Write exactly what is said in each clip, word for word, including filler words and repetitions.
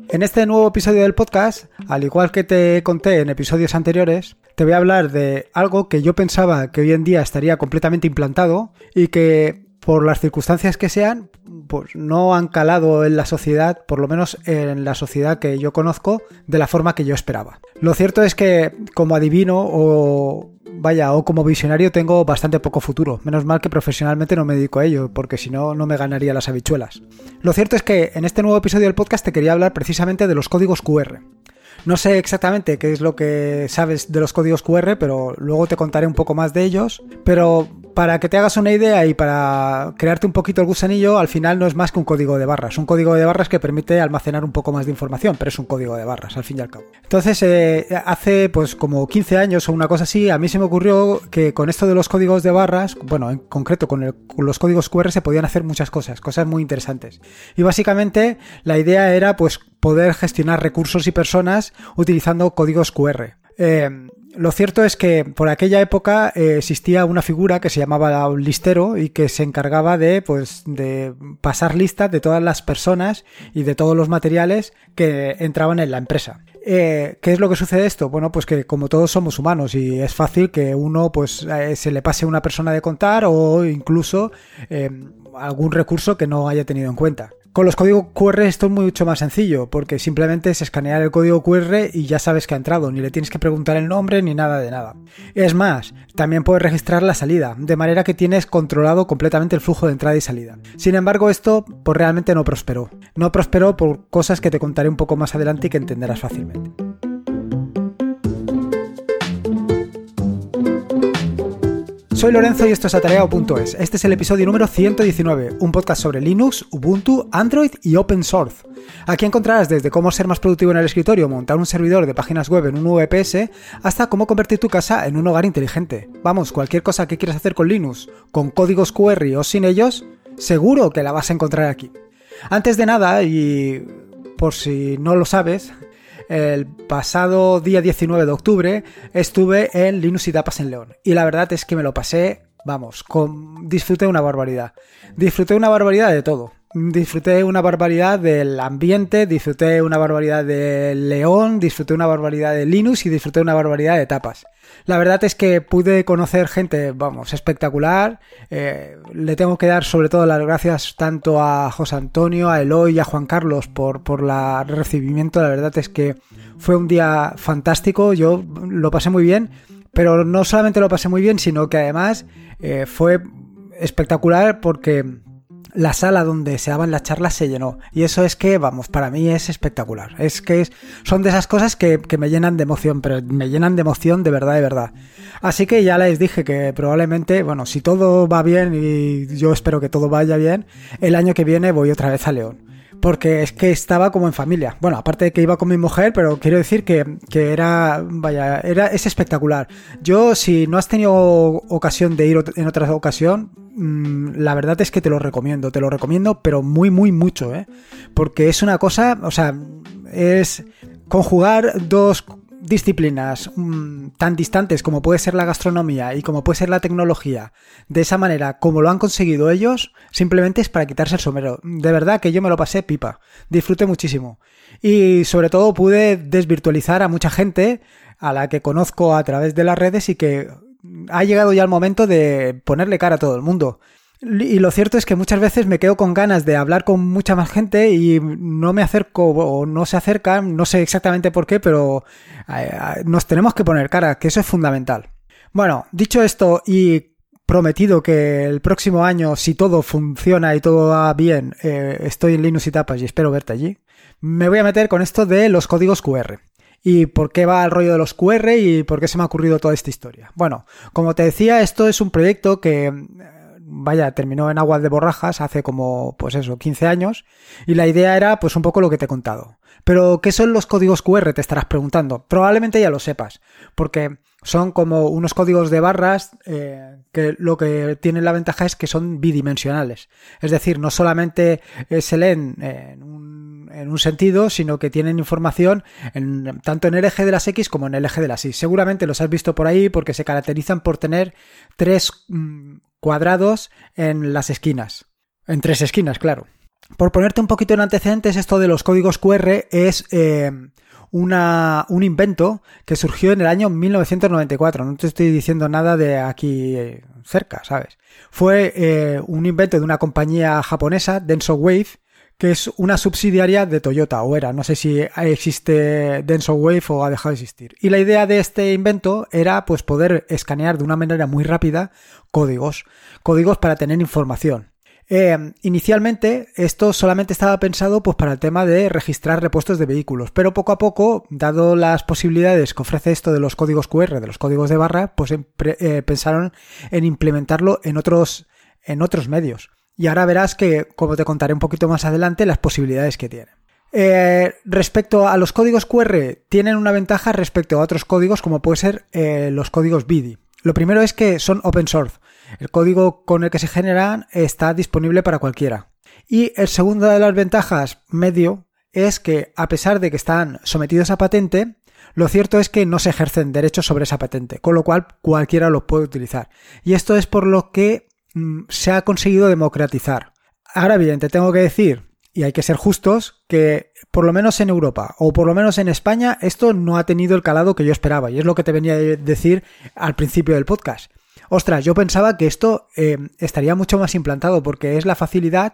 En este nuevo episodio del podcast, al igual que te conté en episodios anteriores, te voy a hablar de algo que yo pensaba que hoy en día estaría completamente implantado y que por las circunstancias que sean, pues no han calado en la sociedad, por lo menos en la sociedad que yo conozco, de la forma que yo esperaba. Lo cierto es que como adivino o vaya, o como visionario tengo bastante poco futuro. Menos mal que profesionalmente no me dedico a ello, porque si no, no me ganaría las habichuelas. Lo cierto es que en este nuevo episodio del podcast te quería hablar precisamente de los códigos cu erre. No sé exactamente qué es lo que sabes de los códigos cu erre, pero luego te contaré un poco más de ellos. Pero para que te hagas una idea y para crearte un poquito el gusanillo, al final no es más que un código de barras. Un código de barras que permite almacenar un poco más de información, pero es un código de barras, al fin y al cabo. Entonces, eh, hace pues como quince años o una cosa así, a mí se me ocurrió que con esto de los códigos de barras, bueno, en concreto con, el, con los códigos cu erre se podían hacer muchas cosas, cosas muy interesantes. Y básicamente la idea era pues poder gestionar recursos y personas utilizando códigos cu erre. Eh, lo cierto es que por aquella época eh, existía una figura que se llamaba un listero y que se encargaba de, pues, de pasar listas de todas las personas y de todos los materiales que entraban en la empresa. Eh, ¿Qué es lo que sucede esto? Bueno, pues que como todos somos humanos y es fácil que uno pues eh, se le pase a una persona de contar o incluso eh, algún recurso que no haya tenido en cuenta. Con los códigos cu erre esto es mucho más sencillo, porque simplemente es escanear el código cu erre y ya sabes que ha entrado, ni le tienes que preguntar el nombre ni nada de nada. Es más, también puedes registrar la salida, de manera que tienes controlado completamente el flujo de entrada y salida. Sin embargo, esto pues realmente no prosperó. No prosperó por cosas que te contaré un poco más adelante y que entenderás fácilmente. Soy Lorenzo y esto es atareado punto es. Este es el episodio número ciento diecinueve, un podcast sobre Linux, Ubuntu, Android y Open Source. Aquí encontrarás desde cómo ser más productivo en el escritorio, montar un servidor de páginas web en un V P S, hasta cómo convertir tu casa en un hogar inteligente. Vamos, cualquier cosa que quieras hacer con Linux, con códigos cu erre o sin ellos, seguro que la vas a encontrar aquí. Antes de nada, y por si no lo sabes, el pasado día diecinueve de octubre estuve en Linux y Tapas en León y la verdad es que me lo pasé, vamos, con... disfruté una barbaridad. Disfruté una barbaridad de todo. Disfruté una barbaridad del ambiente, disfruté una barbaridad de León, disfruté una barbaridad de Linux y disfruté una barbaridad de tapas. La verdad es que pude conocer gente, vamos, espectacular. Eh, le tengo que dar sobre todo las gracias tanto a José Antonio, a Eloy y a Juan Carlos por, por la recibimiento. La verdad es que fue un día fantástico, yo lo pasé muy bien, pero no solamente lo pasé muy bien, sino que además eh, fue espectacular porque la sala donde se daban las charlas se llenó y eso es que, vamos, para mí es espectacular. Es que es, son de esas cosas que, que me llenan de emoción, pero me llenan de emoción de verdad, de verdad. Así que ya les dije que probablemente, bueno, si todo va bien y yo espero que todo vaya bien, el año que viene voy otra vez a León. Porque es que estaba como en familia. Bueno, aparte de que iba con mi mujer, pero quiero decir que, que era, vaya, era, es espectacular. Yo, si no has tenido ocasión de ir en otra ocasión, mmm, la verdad es que te lo recomiendo, te lo recomiendo, pero muy, muy mucho, ¿eh? Porque es una cosa, o sea, es conjugar dos disciplinas mmm, tan distantes como puede ser la gastronomía y como puede ser la tecnología, de esa manera como lo han conseguido ellos, simplemente es para quitarse el sombrero. De verdad que yo me lo pasé pipa, disfruté muchísimo y sobre todo pude desvirtualizar a mucha gente a la que conozco a través de las redes y que ha llegado ya el momento de ponerle cara a todo el mundo. Y lo cierto es que muchas veces me quedo con ganas de hablar con mucha más gente y no me acerco o no se acercan, no sé exactamente por qué, pero nos tenemos que poner cara, que eso es fundamental. Bueno, dicho esto y prometido que el próximo año, si todo funciona y todo va bien, eh, estoy en Linux y Tapas y espero verte allí, me voy a meter con esto de los códigos cu erre. ¿Y por qué va el rollo de los cu erre y por qué se me ha ocurrido toda esta historia? Bueno, como te decía, esto es un proyecto que... vaya, terminó en aguas de borrajas hace como, pues eso, quince años y la idea era pues un poco lo que te he contado. Pero, ¿qué son los códigos cu erre? Te estarás preguntando. Probablemente ya lo sepas, porque son como unos códigos de barras eh, que lo que tienen la ventaja es que son bidimensionales. Es decir, no solamente eh, se leen en un, en un sentido, sino que tienen información en, tanto en el eje de las X como en el eje de las Y. Seguramente los has visto por ahí porque se caracterizan por tener tres mmm, cuadrados en las esquinas. En tres esquinas, claro. Por ponerte un poquito en antecedentes, esto de los códigos cu erre es eh, una, un invento que surgió en el año mil novecientos noventa y cuatro. No te estoy diciendo nada de aquí eh, cerca, ¿sabes? Fue eh, un invento de una compañía japonesa, Denso Wave, que es una subsidiaria de Toyota, o era, no sé si existe Denso Wave o ha dejado de existir. Y la idea de este invento era pues poder escanear de una manera muy rápida códigos, códigos para tener información. Eh, inicialmente esto solamente estaba pensado pues para el tema de registrar repuestos de vehículos, pero poco a poco, dado las posibilidades que ofrece esto de los códigos cu erre, de los códigos de barra, pues eh, pensaron en implementarlo en otros, en otros medios. Y ahora verás que, como te contaré un poquito más adelante, las posibilidades que tiene. Eh, respecto a los códigos cu erre, tienen una ventaja respecto a otros códigos como puede ser eh, los códigos B I D I. Lo primero es que son open source. El código con el que se generan está disponible para cualquiera. Y el segundo de las ventajas, medio, es que a pesar de que están sometidos a patente, lo cierto es que no se ejercen derechos sobre esa patente, con lo cual cualquiera los puede utilizar. Y esto es por lo que mm, se ha conseguido democratizar. Ahora bien, te tengo que decir, y hay que ser justos, que por lo menos en Europa o por lo menos en España esto no ha tenido el calado que yo esperaba, y es lo que te venía a decir al principio del podcast. Ostras, yo pensaba que esto eh, estaría mucho más implantado porque es la facilidad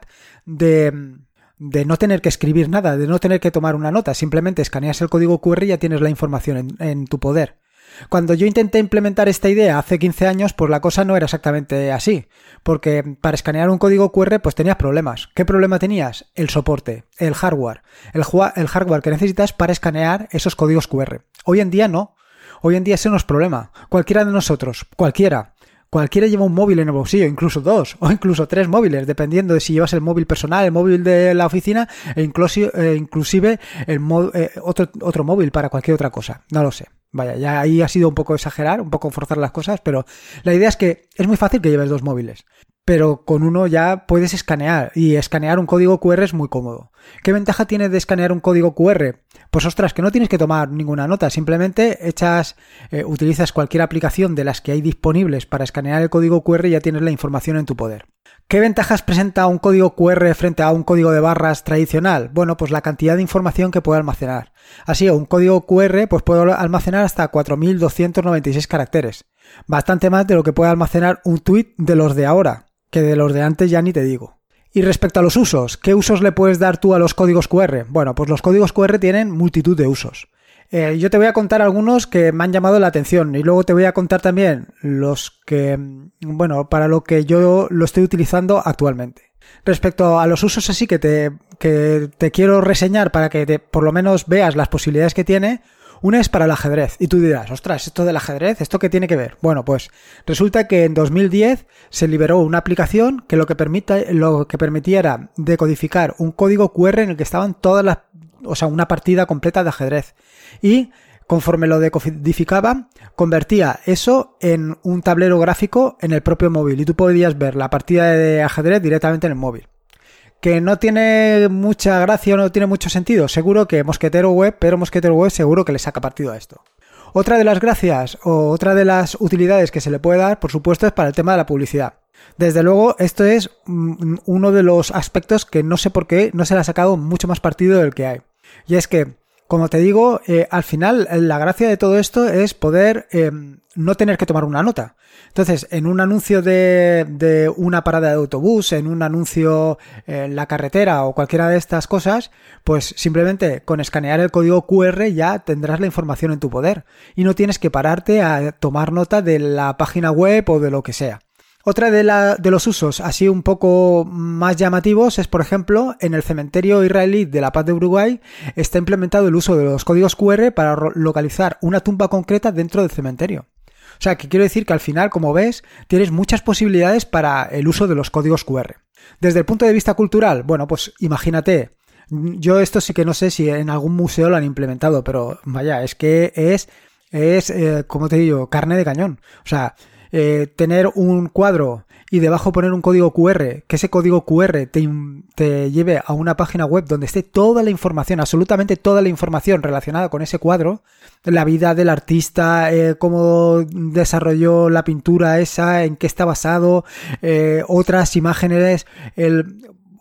de, de no tener que escribir nada, de no tener que tomar una nota, simplemente escaneas el código cu erre y ya tienes la información en, en tu poder. Cuando yo intenté implementar esta idea hace quince años, pues la cosa no era exactamente así, porque para escanear un código cu erre pues tenías problemas. ¿Qué problema tenías? El soporte, el hardware, el, el hardware que necesitas para escanear esos códigos cu erre. Hoy en día no, hoy en día ese no es problema. Cualquiera de nosotros, cualquiera, Cualquiera lleva un móvil en el bolsillo, incluso dos o incluso tres móviles, dependiendo de si llevas el móvil personal, el móvil de la oficina e inclusive, eh, inclusive el mo- eh, otro, otro móvil para cualquier otra cosa. No lo sé. Vaya, ya ahí ha sido un poco exagerar, un poco forzar las cosas, pero la idea es que es muy fácil que lleves dos móviles. Pero con uno ya puedes escanear, y escanear un código cu erre es muy cómodo. ¿Qué ventaja tiene de escanear un código cu erre? Pues ostras, que no tienes que tomar ninguna nota, simplemente echas, eh, utilizas cualquier aplicación de las que hay disponibles para escanear el código cu erre y ya tienes la información en tu poder. ¿Qué ventajas presenta un código cu erre frente a un código de barras tradicional? Bueno, pues la cantidad de información que puede almacenar. Así, un código cu erre pues puede almacenar hasta cuatro mil doscientos noventa y seis caracteres. Bastante más de lo que puede almacenar un tweet de los de ahora, que de los de antes ya ni te digo. Y respecto a los usos, ¿qué usos le puedes dar tú a los códigos cu erre? Bueno, pues los códigos cu erre tienen multitud de usos. Eh, yo te voy a contar algunos que me han llamado la atención y luego te voy a contar también los que, bueno, para lo que yo lo estoy utilizando actualmente. Respecto a los usos así que te, que te quiero reseñar para que te, por lo menos veas las posibilidades que tiene. Una es para el ajedrez, y tú dirás, ostras, ¿esto del ajedrez? ¿Esto qué tiene que ver? Bueno, pues resulta que en dos mil diez se liberó una aplicación que lo que, permita, lo que permitía era decodificar un código cu erre en el que estaban todas las, o sea, una partida completa de ajedrez. Y conforme lo decodificaba, convertía eso en un tablero gráfico en el propio móvil, y tú podías ver la partida de ajedrez directamente en el móvil. Que no tiene mucha gracia o no tiene mucho sentido, seguro que Mosquetero Web, pero Mosquetero Web seguro que le saca partido a esto. Otra de las gracias o otra de las utilidades que se le puede dar, por supuesto, es para el tema de la publicidad. Desde luego, esto es uno de los aspectos que no sé por qué no se le ha sacado mucho más partido del que hay. Y es que, como te digo, eh, al final la gracia de todo esto es poder eh, no tener que tomar una nota. Entonces, en un anuncio de, de una parada de autobús, en un anuncio en la carretera o cualquiera de estas cosas, pues simplemente con escanear el código cu erre ya tendrás la información en tu poder y no tienes que pararte a tomar nota de la página web o de lo que sea. Otra de, la, de los usos así un poco más llamativos es, por ejemplo, en el cementerio israelí de La Paz de Uruguay está implementado el uso de los códigos cu erre para localizar una tumba concreta dentro del cementerio. O sea, que quiero decir que al final, como ves, tienes muchas posibilidades para el uso de los códigos cu erre. Desde el punto de vista cultural, bueno, pues imagínate, yo esto sí que no sé si en algún museo lo han implementado, pero vaya, es que es, es eh, como te digo, carne de cañón. O sea, eh, tener un cuadro y debajo poner un código cu erre, que ese código cu erre te, te lleve a una página web donde esté toda la información, absolutamente toda la información relacionada con ese cuadro, la vida del artista, eh, cómo desarrolló la pintura esa, en qué está basado, eh, otras imágenes, el,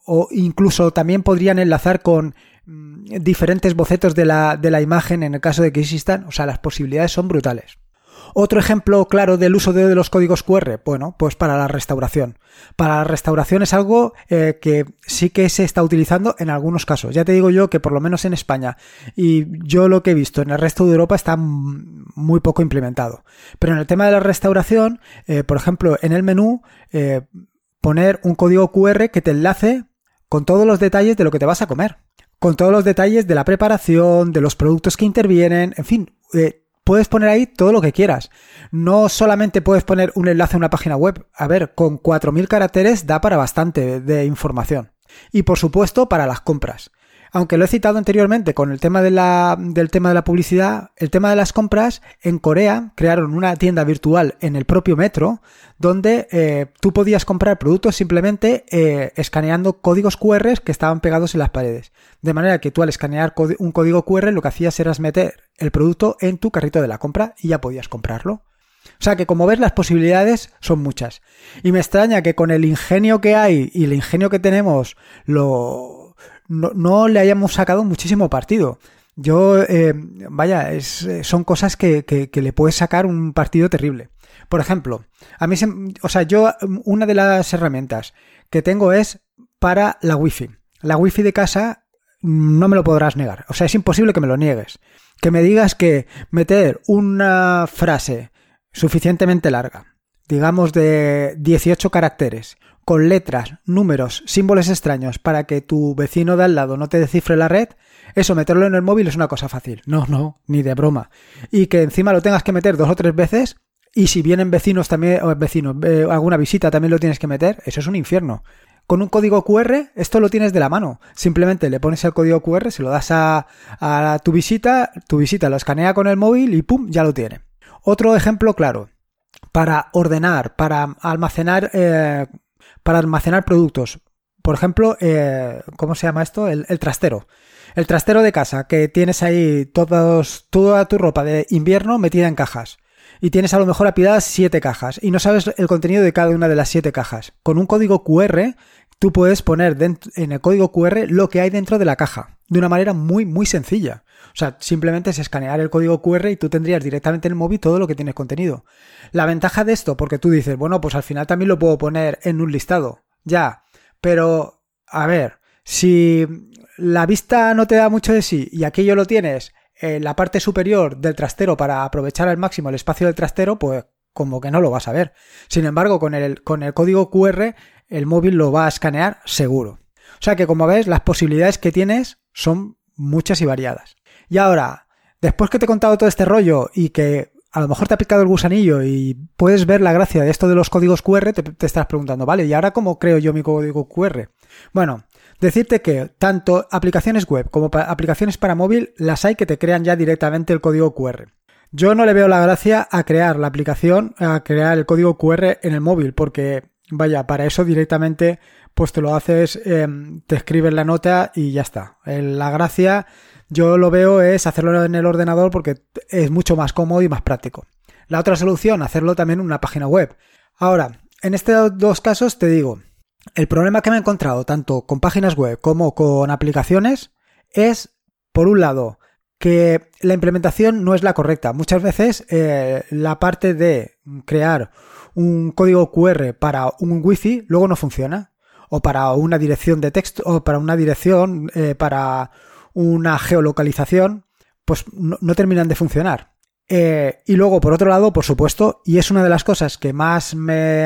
o incluso también podrían enlazar con diferentes bocetos de la, de la imagen en el caso de que existan. O sea, las posibilidades son brutales. Otro ejemplo claro del uso de, de los códigos cu erre, bueno, pues para la restauración. Para la restauración es algo eh, que sí que se está utilizando en algunos casos. Ya te digo yo que por lo menos en España, y yo lo que he visto en el resto de Europa, está muy poco implementado. Pero en el tema de la restauración, eh, por ejemplo, en el menú, eh, poner un código cu erre que te enlace con todos los detalles de lo que te vas a comer, con todos los detalles de la preparación, de los productos que intervienen, en fin, eh, puedes poner ahí todo lo que quieras. No solamente puedes poner un enlace a una página web. A ver, con cuatro mil caracteres da para bastante de información. Y por supuesto para las compras. Aunque lo he citado anteriormente con el tema de la, del tema de la publicidad, el tema de las compras, en Corea crearon una tienda virtual en el propio metro donde eh, tú podías comprar productos simplemente eh, escaneando códigos cu erre que estaban pegados en las paredes. De manera que tú al escanear un código cu erre lo que hacías era meter el producto en tu carrito de la compra y ya podías comprarlo. O sea que, como ves, las posibilidades son muchas. Y me extraña que con el ingenio que hay y el ingenio que tenemos lo... No, no le hayamos sacado muchísimo partido. Yo, eh, vaya, es, son cosas que, que, que le puedes sacar un partido terrible. Por ejemplo, a mí, se, o sea, yo, una de las herramientas que tengo es para la wifi. La wifi de casa no me lo podrás negar. O sea, es imposible que me lo niegues. Que me digas que meter una frase suficientemente larga, digamos de dieciocho caracteres, con letras, números, símbolos extraños para que tu vecino de al lado no te descifre la red, eso meterlo en el móvil es una cosa fácil. No, no, ni de broma. Y que encima lo tengas que meter dos o tres veces, y si vienen vecinos también, o vecinos, eh, alguna visita también lo tienes que meter, eso es un infierno. Con un código cu erre, esto lo tienes de la mano. Simplemente le pones el código cu erre, se lo das a, a tu visita, tu visita lo escanea con el móvil y ¡pum!, ya lo tiene. Otro ejemplo claro, para ordenar, para almacenar... Eh, Para almacenar productos. Por ejemplo, eh, ¿cómo se llama esto? El, el trastero. El trastero de casa, que tienes ahí todos, toda tu ropa de invierno metida en cajas. Y tienes a lo mejor apiladas siete cajas. Y no sabes el contenido de cada una de las siete cajas. Con un código cu erre, tú puedes poner dentro, en el código cu erre lo que hay dentro de la caja. De una manera muy, muy sencilla. O sea, simplemente es escanear el código cu erre y tú tendrías directamente en el móvil todo lo que tienes contenido. La ventaja de esto, porque tú dices, bueno, pues al final también lo puedo poner en un listado. Ya, pero, a ver, si la vista no te da mucho de sí y aquello lo tienes en la parte superior del trastero para aprovechar al máximo el espacio del trastero, pues como que no lo vas a ver. Sin embargo, con el, con el código cu erre, el móvil lo va a escanear seguro. O sea que, como ves, las posibilidades que tienes son muchas y variadas. Y ahora, después que te he contado todo este rollo y que a lo mejor te ha picado el gusanillo y puedes ver la gracia de esto de los códigos cu erre, te, te estás preguntando, vale, ¿y ahora cómo creo yo mi código cu erre? Bueno, decirte que tanto aplicaciones web como pa- aplicaciones para móvil las hay que te crean ya directamente el código cu erre. Yo no le veo la gracia a crear la aplicación, a crear el código cu erre en el móvil, porque, vaya, para eso directamente pues te lo haces, eh, te escribes la nota y ya está. La gracia... Yo lo veo es hacerlo en el ordenador porque es mucho más cómodo y más práctico. La otra solución, hacerlo también en una página web. Ahora, en estos dos casos te digo, el problema que me he encontrado tanto con páginas web como con aplicaciones es, por un lado, que la implementación no es la correcta. Muchas veces eh, la parte de crear un código cu erre para un wifi luego no funciona. O para una dirección de texto, o para una dirección eh, para... una geolocalización, pues no, no terminan de funcionar. Eh, y luego, por otro lado, por supuesto, y es una de las cosas que más me...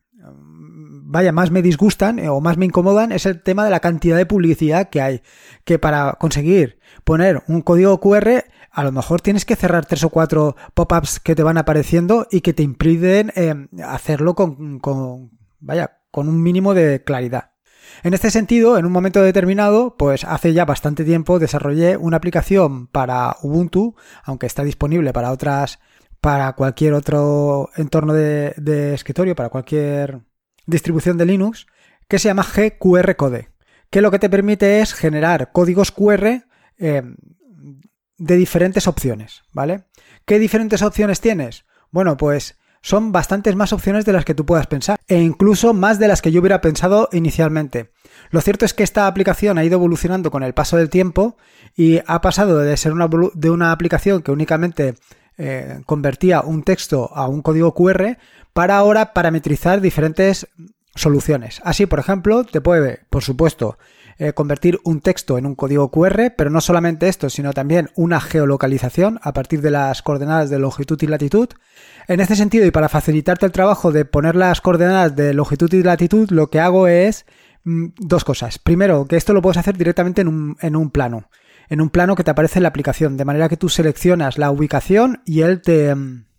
vaya, más me disgustan eh, o más me incomodan, es el tema de la cantidad de publicidad que hay. Que para conseguir poner un código cu erre, a lo mejor tienes que cerrar tres o cuatro pop-ups que te van apareciendo y que te impiden eh, hacerlo con, con, vaya, con un mínimo de claridad. En este sentido, en un momento determinado, pues hace ya bastante tiempo desarrollé una aplicación para Ubuntu, aunque está disponible para otras, para cualquier otro entorno de, de escritorio, para cualquier distribución de Linux, que se llama G Q R Code, que lo que te permite es generar códigos cu erre eh, de diferentes opciones, ¿vale? ¿Qué diferentes opciones tienes? Bueno, pues son bastantes más opciones de las que tú puedas pensar, e incluso más de las que yo hubiera pensado inicialmente. Lo cierto es que esta aplicación ha ido evolucionando con el paso del tiempo y ha pasado de ser una, de una aplicación que únicamente eh, convertía un texto a un código cu erre para ahora parametrizar diferentes soluciones. Así, por ejemplo, te puede, por supuesto, eh, convertir un texto en un código cu erre, pero no solamente esto, sino también una geolocalización a partir de las coordenadas de longitud y latitud. En este sentido, y para facilitarte el trabajo de poner las coordenadas de longitud y latitud, lo que hago es mmm, dos cosas. Primero, que esto lo puedes hacer directamente en un, en un plano, en un plano que te aparece en la aplicación, de manera que tú seleccionas la ubicación y él te...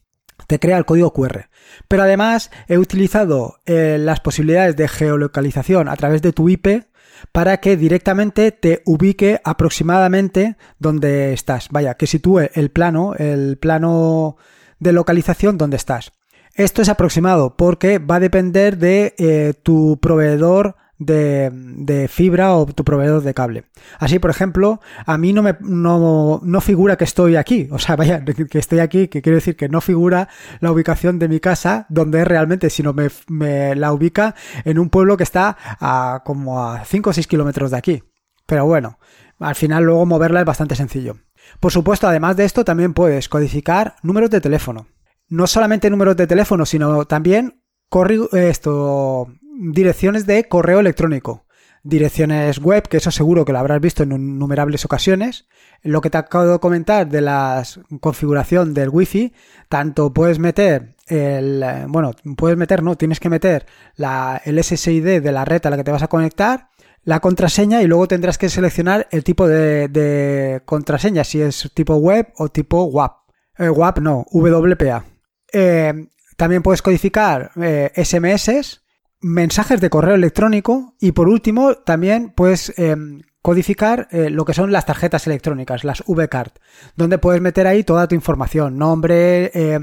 te crea el código cu erre. Pero además he utilizado eh, las posibilidades de geolocalización a través de tu I Pe para que directamente te ubique aproximadamente donde estás. Vaya, que sitúe el plano, el plano de localización donde estás. Esto es aproximado porque va a depender de eh, tu proveedor De, de fibra o tu proveedor de cable. Así, por ejemplo, a mí no me no, no figura que estoy aquí, o sea, vaya, que estoy aquí, que quiero decir que no figura la ubicación de mi casa donde es realmente, sino me, me la ubica en un pueblo que está a como a cinco o seis kilómetros de aquí. Pero bueno, al final luego moverla es bastante sencillo. Por supuesto, además de esto, también puedes codificar números de teléfono. No solamente números de teléfono, sino también corri- esto... direcciones de correo electrónico, direcciones web, que eso seguro que lo habrás visto en innumerables ocasiones. Lo que te acabo de comentar de la configuración del Wi-Fi, tanto puedes meter el, bueno, puedes meter, no, tienes que meter la, el ese ese i de de la red a la que te vas a conectar, la contraseña y luego tendrás que seleccionar el tipo de, de contraseña, si es tipo web o tipo W A P. Eh, W A P no, W P A. Eh, también puedes codificar eh, ese eme eses, mensajes de correo electrónico y por último también puedes eh, codificar eh, lo que son las tarjetas electrónicas, las V-Card, donde puedes meter ahí toda tu información, nombre, eh,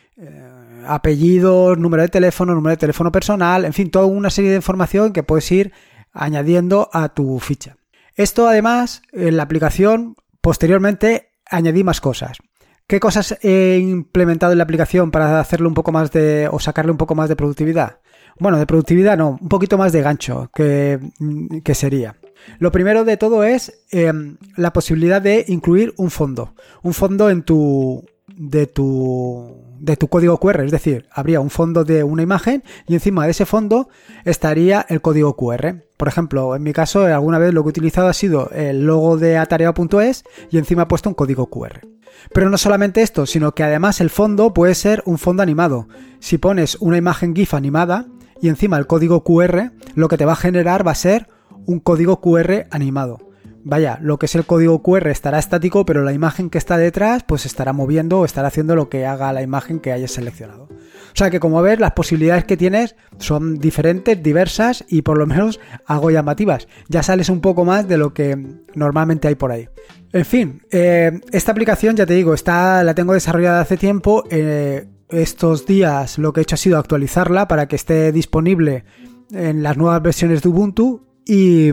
eh, apellidos, número de teléfono, número de teléfono personal, en fin, toda una serie de información que puedes ir añadiendo a tu ficha. Esto además, en la aplicación, posteriormente añadí más cosas. ¿Qué cosas he implementado en la aplicación para hacerle un poco más de, o sacarle un poco más de productividad? Bueno, de productividad no, un poquito más de gancho que, que sería. Lo primero de todo es eh, la posibilidad de incluir un fondo. Un fondo en tu, de tu, de tu código cu erre. Es decir, habría un fondo de una imagen y encima de ese fondo estaría el código cu erre. Por ejemplo, en mi caso, alguna vez lo que he utilizado ha sido el logo de atareado punto es y encima he puesto un código cu erre. Pero no solamente esto, sino que además el fondo puede ser un fondo animado. Si pones una imagen GIF animada y encima el código cu erre, lo que te va a generar va a ser un código cu erre animado. Vaya, lo que es el código cu erre estará estático, pero la imagen que está detrás pues estará moviendo o estará haciendo lo que haga la imagen que hayas seleccionado. O sea que, como ves, las posibilidades que tienes son diferentes, diversas y por lo menos algo llamativas. Ya sales un poco más de lo que normalmente hay por ahí. En fin, eh, esta aplicación, ya te digo, está, la tengo desarrollada hace tiempo. Eh, estos días lo que he hecho ha sido actualizarla para que esté disponible en las nuevas versiones de Ubuntu y...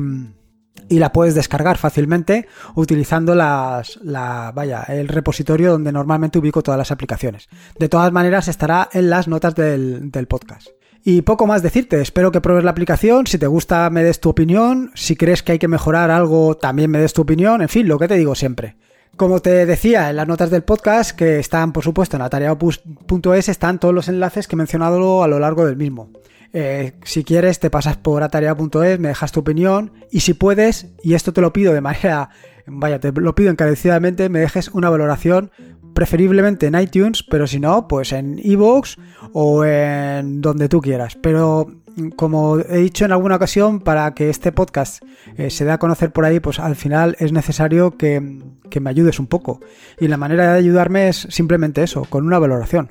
y la puedes descargar fácilmente utilizando las, la, vaya, el repositorio donde normalmente ubico todas las aplicaciones. De todas maneras estará en las notas del, del podcast. Y poco más decirte, espero que pruebes la aplicación, si te gusta me des tu opinión, si crees que hay que mejorar algo también me des tu opinión, en fin, lo que te digo siempre. Como te decía en las notas del podcast, que están por supuesto en atareado punto es, están todos los enlaces que he mencionado a lo largo del mismo. Eh, si quieres te pasas por atareado punto es, me dejas tu opinión y si puedes, y esto te lo pido de manera, vaya, te lo pido encarecidamente, me dejes una valoración, preferiblemente en iTunes, pero si no, pues en iVoox o en donde tú quieras. Pero como he dicho en alguna ocasión, para que este podcast eh, se dé a conocer por ahí, pues al final es necesario que, que me ayudes un poco. Y la manera de ayudarme es simplemente eso, con una valoración.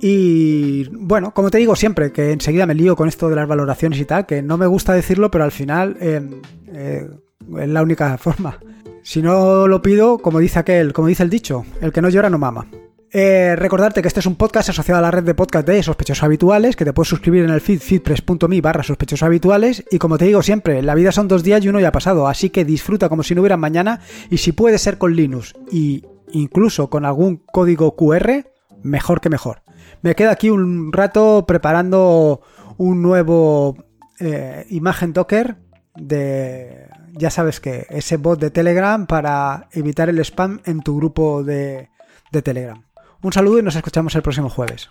Y bueno, como te digo siempre, que enseguida me lío con esto de las valoraciones y tal, que no me gusta decirlo, pero al final eh, eh, es la única forma. Si no lo pido, como dice aquel, como dice el dicho, el que no llora no mama. Eh, recordarte que este es un podcast asociado a la red de podcast de Sospechosos Habituales, que te puedes suscribir en el feed feedpress punto me barra sospechosos habituales, y como te digo siempre, la vida son dos días y uno ya ha pasado, así que disfruta como si no hubiera mañana, y si puede ser con Linux y incluso con algún código cu erre, mejor que mejor. Me quedo aquí un rato preparando un nuevo eh, imagen Docker de, ya sabes que, ese bot de Telegram para evitar el spam en tu grupo de, de Telegram. Un saludo y nos escuchamos el próximo jueves.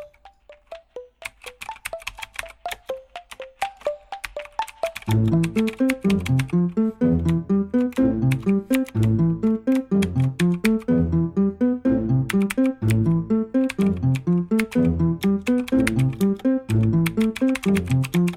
Thank you.